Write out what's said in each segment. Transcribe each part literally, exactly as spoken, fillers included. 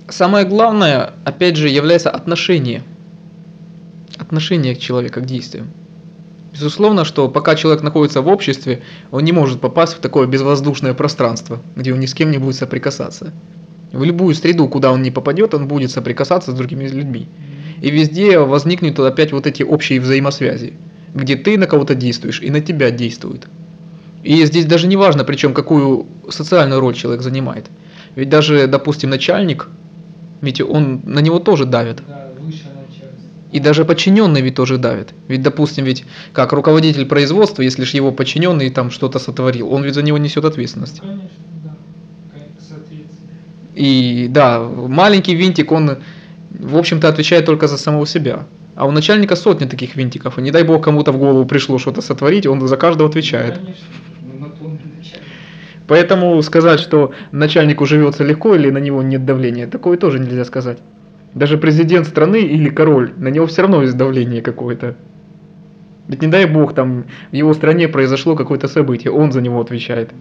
Самое главное, опять же, является отношение. Отношение к человеку, к действиям. Безусловно, что пока человек находится в обществе, он не может попасть в такое безвоздушное пространство, где он ни с кем не будет соприкасаться. В любую среду, куда он не попадет, он будет соприкасаться с другими людьми. И везде возникнут опять вот эти общие взаимосвязи, где ты на кого-то действуешь и на тебя действует. И здесь даже не важно, причем какую социальную роль человек занимает. Ведь даже, допустим, начальник, ведь он, на него тоже давит. Да, выше начальство. И даже подчиненный ведь тоже давит. Ведь, допустим, ведь как руководитель производства, если же его подчиненный там что-то сотворил, он ведь за него несет ответственность. Конечно, да. Соответственно. И да, маленький винтик, он, в общем-то, отвечает только за самого себя. А у начальника сотни таких винтиков, и не дай бог кому-то в голову пришло что-то сотворить, он за каждого отвечает. Конечно, монотонный начальник. Поэтому сказать, что начальнику живется легко или на него нет давления, такое тоже нельзя сказать. Даже президент страны или король, на него все равно есть давление какое-то. Ведь не дай бог, там в его стране произошло какое-то событие, он за него отвечает.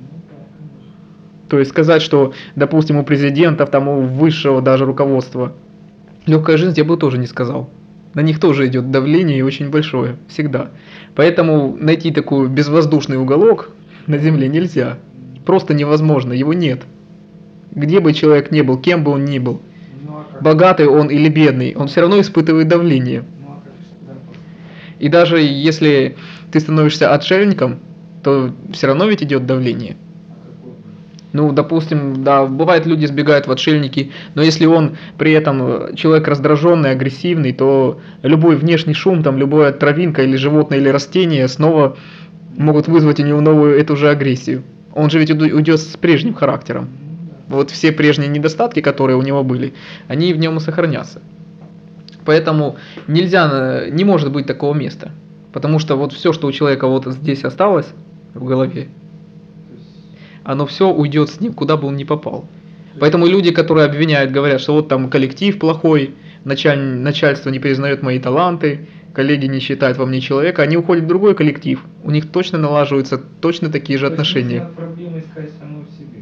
То есть сказать, что, допустим, у президентов, там, у высшего даже руководства легкая жизнь, я бы тоже не сказал. На них тоже идет давление и очень большое, всегда. Поэтому найти такой безвоздушный уголок на земле нельзя. Просто невозможно, его нет. Где бы человек ни был, кем бы он ни был, Ну, а как? богатый он или бедный, он все равно испытывает давление. Ну, а как же, да, И даже если ты становишься отшельником, то все равно ведь идет давление. а какой? Ну, допустим, да, бывает, люди сбегают в отшельники, но если он при этом человек раздраженный, агрессивный, то любой внешний шум, там, любая травинка или животное или растение снова могут вызвать у него новую эту же агрессию. Он же ведь уйду- уйдет с прежним характером. Ну, да. Вот все прежние недостатки, которые у него были, они в нем и сохранятся. Поэтому нельзя, э, не может быть такого места. Потому что вот все, что у человека вот здесь осталось в голове, То есть, оно все уйдет с ним, куда бы он ни попал. Поэтому люди, которые обвиняют, говорят, что вот там коллектив плохой, началь... начальство не признает мои таланты, коллеги не считают во мне человека, они уходят в другой коллектив. У них точно налаживаются точно такие же то есть отношения. нужно проблемы искать самой в себе.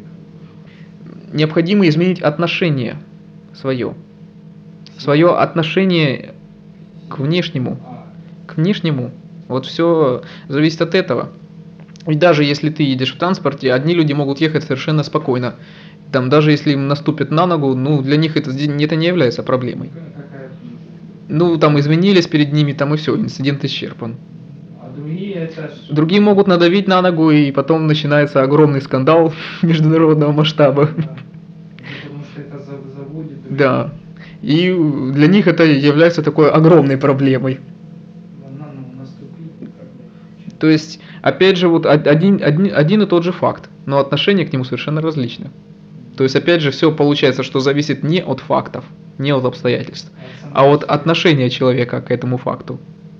Необходимо изменить отношение свое. Свое отношение к внешнему. А, К внешнему. Вот все зависит от этого. И даже если ты едешь в транспорте, одни люди могут ехать совершенно спокойно. Там, даже если им наступят на ногу, ну, для них это, это не является проблемой. какая Ну, там извинились перед ними, там и все, инцидент исчерпан. А другие это ж- Другие могут надавить на ногу, и потом начинается огромный скандал международного масштаба. да. Потому что это за- заводит. других. Да. И для них это является такой огромной проблемой. На- на- ну, наступить, как бы. То есть, опять же, вот од- один, один, один и тот же факт, но отношение к нему совершенно различно. То есть, опять же, все получается, что зависит не от фактов, не от обстоятельств, а от отношения человека к этому факту.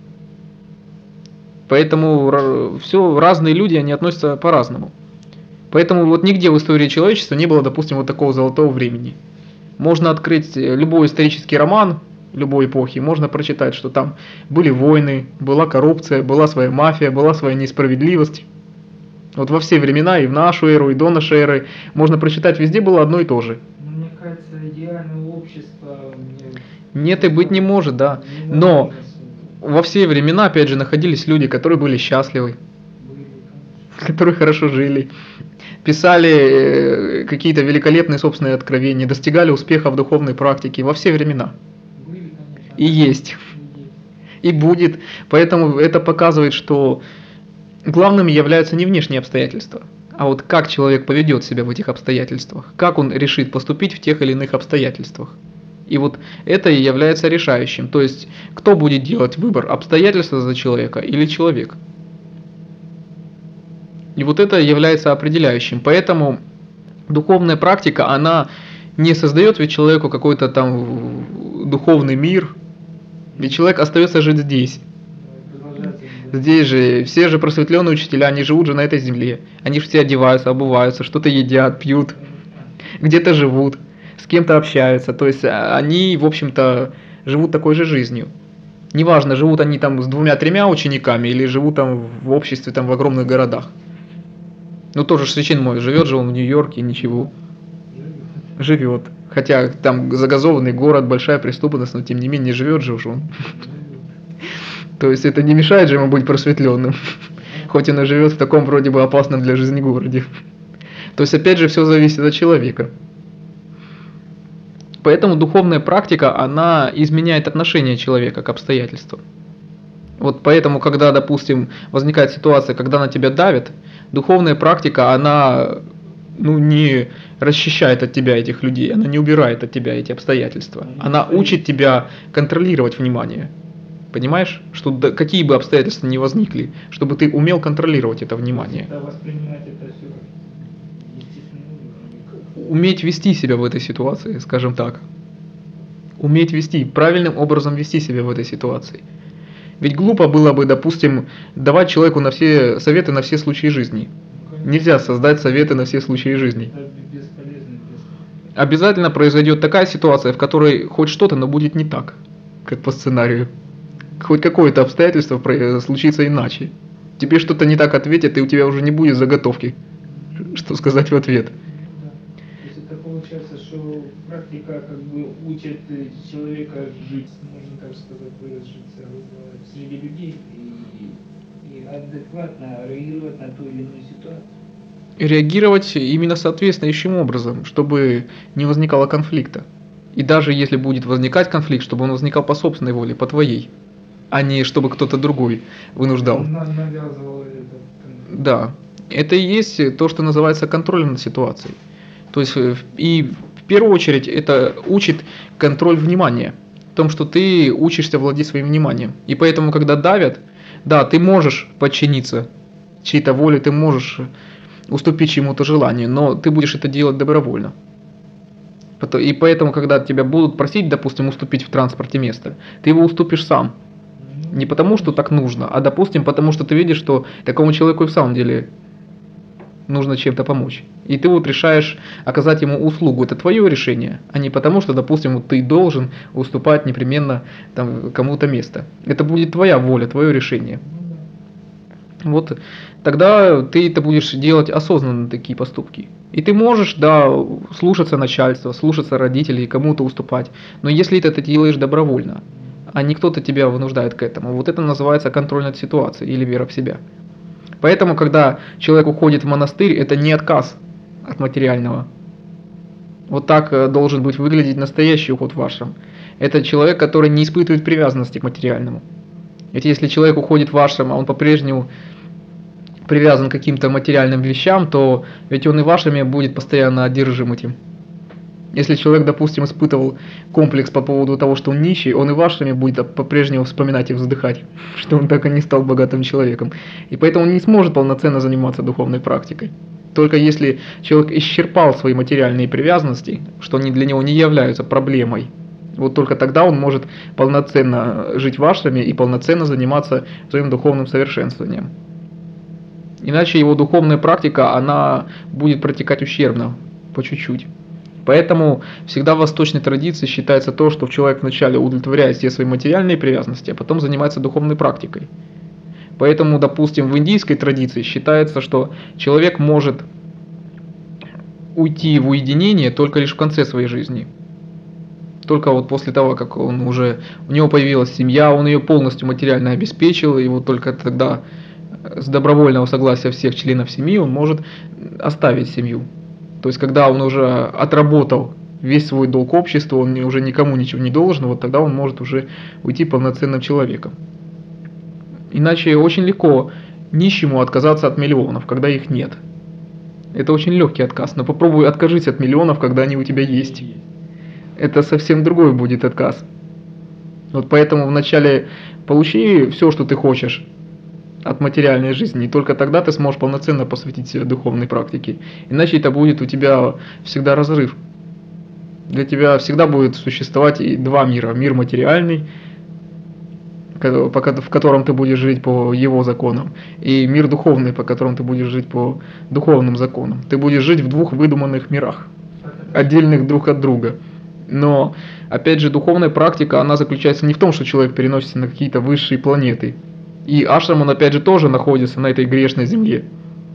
Поэтому все разные люди, они относятся по-разному. Поэтому вот нигде в истории человечества не было, допустим, вот такого золотого времени. Можно открыть любой исторический роман любой эпохи, можно прочитать, что там были войны, была коррупция, была своя мафия, была своя несправедливость. Вот во все времена, и в нашу эру, и до нашей эры, можно прочитать, везде было одно и то же. Ну, мне кажется, идеальное общество мне Нет и быть не может, да. не Но нравится. во все времена, опять же, находились люди, которые были счастливы, Были, конечно. которые хорошо жили, писали э, какие-то великолепные собственные откровения, достигали успеха в духовной практике во все времена. Были, конечно. И есть, И есть. и будет. Поэтому это показывает, что главным являются не внешние обстоятельства, а вот как человек поведет себя в этих обстоятельствах, как он решит поступить в тех или иных обстоятельствах. И вот это и является решающим. То есть, кто будет делать выбор, обстоятельства за человека или человек. И вот это является определяющим. Поэтому духовная практика, она не создает ведь человеку какой-то там духовный мир, ведь человек остается жить здесь. Продолжается. Здесь же все же просветленные учителя, они живут же на этой земле. Они же все одеваются, обуваются, что-то едят, пьют, где-то живут, с кем-то общаются. То есть они, в общем-то, живут такой же жизнью. Неважно, живут они там с двумя-тремя учениками или живут там в обществе, там в огромных городах. Ну тоже ж священник мой, живет же он в Нью-Йорке, ничего. Живет. живет. Хотя там загазованный город, большая преступность, но тем не менее живет же уже он. То есть это не мешает же ему быть просветленным, хоть он и живет в таком вроде бы опасном для жизни городе. То есть опять же все зависит от человека. Поэтому духовная практика, она изменяет отношение человека к обстоятельствам. Вот поэтому, когда, допустим, возникает ситуация, когда на тебя давят, духовная практика, она ну, не расчищает от тебя этих людей, она не убирает от тебя эти обстоятельства. Она учит тебя контролировать внимание. Понимаешь, что да, какие бы обстоятельства ни возникли, чтобы ты умел контролировать это внимание. Воспринимать это все как естественно. Уметь вести себя в этой ситуации, скажем так. Уметь вести, правильным образом вести себя в этой ситуации. Ведь глупо было бы, допустим, давать человеку на все советы на все случаи жизни. Нельзя создать советы на все случаи жизни. Это бесполезно. Обязательно произойдет такая ситуация, в которой хоть что-то, но будет не так, как по сценарию. Хоть какое-то обстоятельство случится иначе. Тебе что-то не так ответят, и у тебя уже не будет заготовки, что сказать в ответ. Да. То есть это получается, что практика как бы учит человека жить, можно так сказать, выразиться среди людей и, и адекватно реагировать на ту или иную ситуацию. Реагировать именно соответствующим образом, чтобы не возникало конфликта. И даже если будет возникать конфликт, чтобы он возникал по собственной воле, по твоей, а не чтобы кто-то другой вынуждал. Он навязывал это. Да, это и есть то, что называется контролем над ситуацией. То есть и в первую очередь это учит контроль внимания, в том, что ты учишься владеть своим вниманием. И поэтому, когда давят, да, ты можешь подчиниться чьей-то воле, ты можешь уступить чему-то желанию, но ты будешь это делать добровольно. И поэтому, когда тебя будут просить, допустим, уступить в транспорте место, ты его уступишь сам. Не потому, что так нужно, а, допустим, потому что ты видишь, что такому человеку и в самом деле нужно чем-то помочь. И ты вот решаешь оказать ему услугу. Это твое решение, а не потому, что, допустим, вот ты должен уступать непременно там, кому-то место. Это будет твоя воля, твое решение. Вот тогда ты это будешь делать осознанно, такие поступки. И ты можешь, да, слушаться начальства, слушаться родителей, кому-то уступать. Но если ты это делаешь добровольно, а не кто-то тебя вынуждает к этому, вот это называется контроль над ситуацией или вера в себя. Поэтому, когда человек уходит в монастырь, это не отказ от материального. Вот так должен быть выглядеть настоящий уход в ашрам. Это человек, который не испытывает привязанности к материальному. Ведь если человек уходит в ашрам, а он по-прежнему привязан к каким-то материальным вещам, то ведь он и в ашраме будет постоянно одержим этим. Если человек, допустим, испытывал комплекс по поводу того, что он нищий, он и в ашраме будет по-прежнему вспоминать и вздыхать, что он так и не стал богатым человеком. И поэтому он не сможет полноценно заниматься духовной практикой. Только если человек исчерпал свои материальные привязанности, что они для него не являются проблемой, вот только тогда он может полноценно жить в ашраме и полноценно заниматься своим духовным совершенствованием. Иначе его духовная практика, она будет протекать ущербно, по чуть-чуть. Поэтому всегда в восточной традиции считается то, что человек вначале удовлетворяет все свои материальные привязанности, а потом занимается духовной практикой. Поэтому, допустим, в индийской традиции считается, что человек может уйти в уединение только лишь в конце своей жизни. Только вот после того, как он уже, у него появилась семья, он ее полностью материально обеспечил, и вот только тогда с добровольного согласия всех членов семьи он может оставить семью. То есть, когда он уже отработал весь свой долг обществу, он уже никому ничего не должен, вот тогда он может уже уйти полноценным человеком. Иначе очень легко нищему отказаться от миллионов, когда их нет. Это очень легкий отказ, но попробуй откажись от миллионов, когда они у тебя есть. Это совсем другой будет отказ. Вот поэтому вначале получи все, что ты хочешь от материальной жизни, и только тогда ты сможешь полноценно посвятить себя духовной практике. Иначе это будет у тебя всегда разрыв. Для тебя всегда будет существовать и два мира. Мир материальный, в котором ты будешь жить по его законам, и мир духовный, по которому ты будешь жить по духовным законам. Ты будешь жить в двух выдуманных мирах, отдельных друг от друга. Но, опять же, духовная практика, она заключается не в том, что человек переносится на какие-то высшие планеты. И ашрам, он опять же тоже находится на этой грешной земле.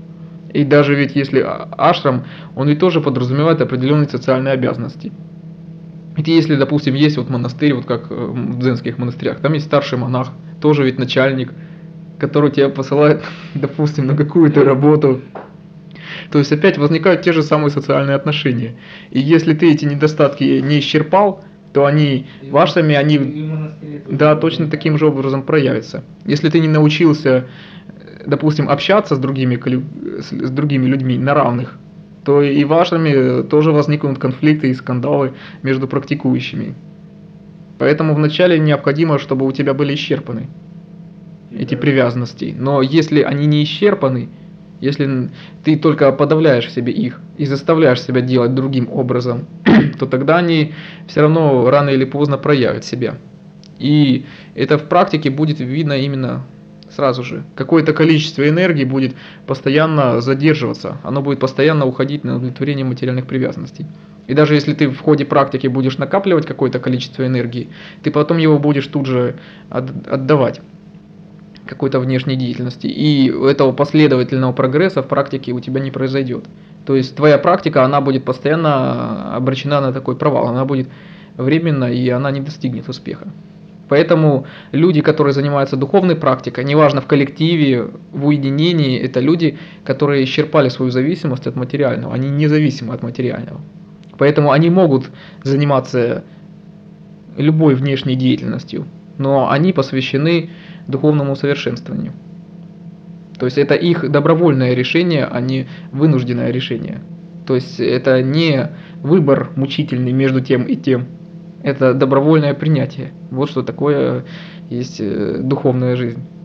И даже ведь если ашрам, он ведь тоже подразумевает определенные социальные обязанности. Ведь если, допустим, есть вот монастырь, вот как в дзенских монастырях, там есть старший монах, тоже ведь начальник, который тебя посылает, допустим, на какую-то работу. То есть опять возникают те же самые социальные отношения. И если ты эти недостатки не исчерпал, то они в ашраме, они, да, точно таким же образом проявятся. Если ты не научился, допустим, общаться с другими, с другими людьми на равных, то и в ашраме тоже возникнут конфликты и скандалы между практикующими. Поэтому вначале необходимо, чтобы у тебя были исчерпаны эти привязанности. Но если они не исчерпаны, если ты только подавляешь в себе их и заставляешь себя делать другим образом, то тогда они все равно рано или поздно проявят себя. И это в практике будет видно именно сразу же. Какое-то количество энергии будет постоянно задерживаться, оно будет постоянно уходить на удовлетворение материальных привязанностей. И даже если ты в ходе практики будешь накапливать какое-то количество энергии, ты потом его будешь тут же отдавать какой-то внешней деятельности. И этого последовательного прогресса в практике у тебя не произойдет. То есть твоя практика, она будет постоянно обречена на такой провал, она будет временно и она не достигнет успеха. Поэтому люди, которые занимаются духовной практикой, неважно в коллективе, в уединении, это люди, которые исчерпали свою зависимость от материального, они независимы от материального. Поэтому они могут заниматься любой внешней деятельностью, но они посвящены духовному совершенствованию. То есть это их добровольное решение, а не вынужденное решение. То есть это не выбор мучительный между тем и тем. Это добровольное принятие. Вот что такое есть духовная жизнь.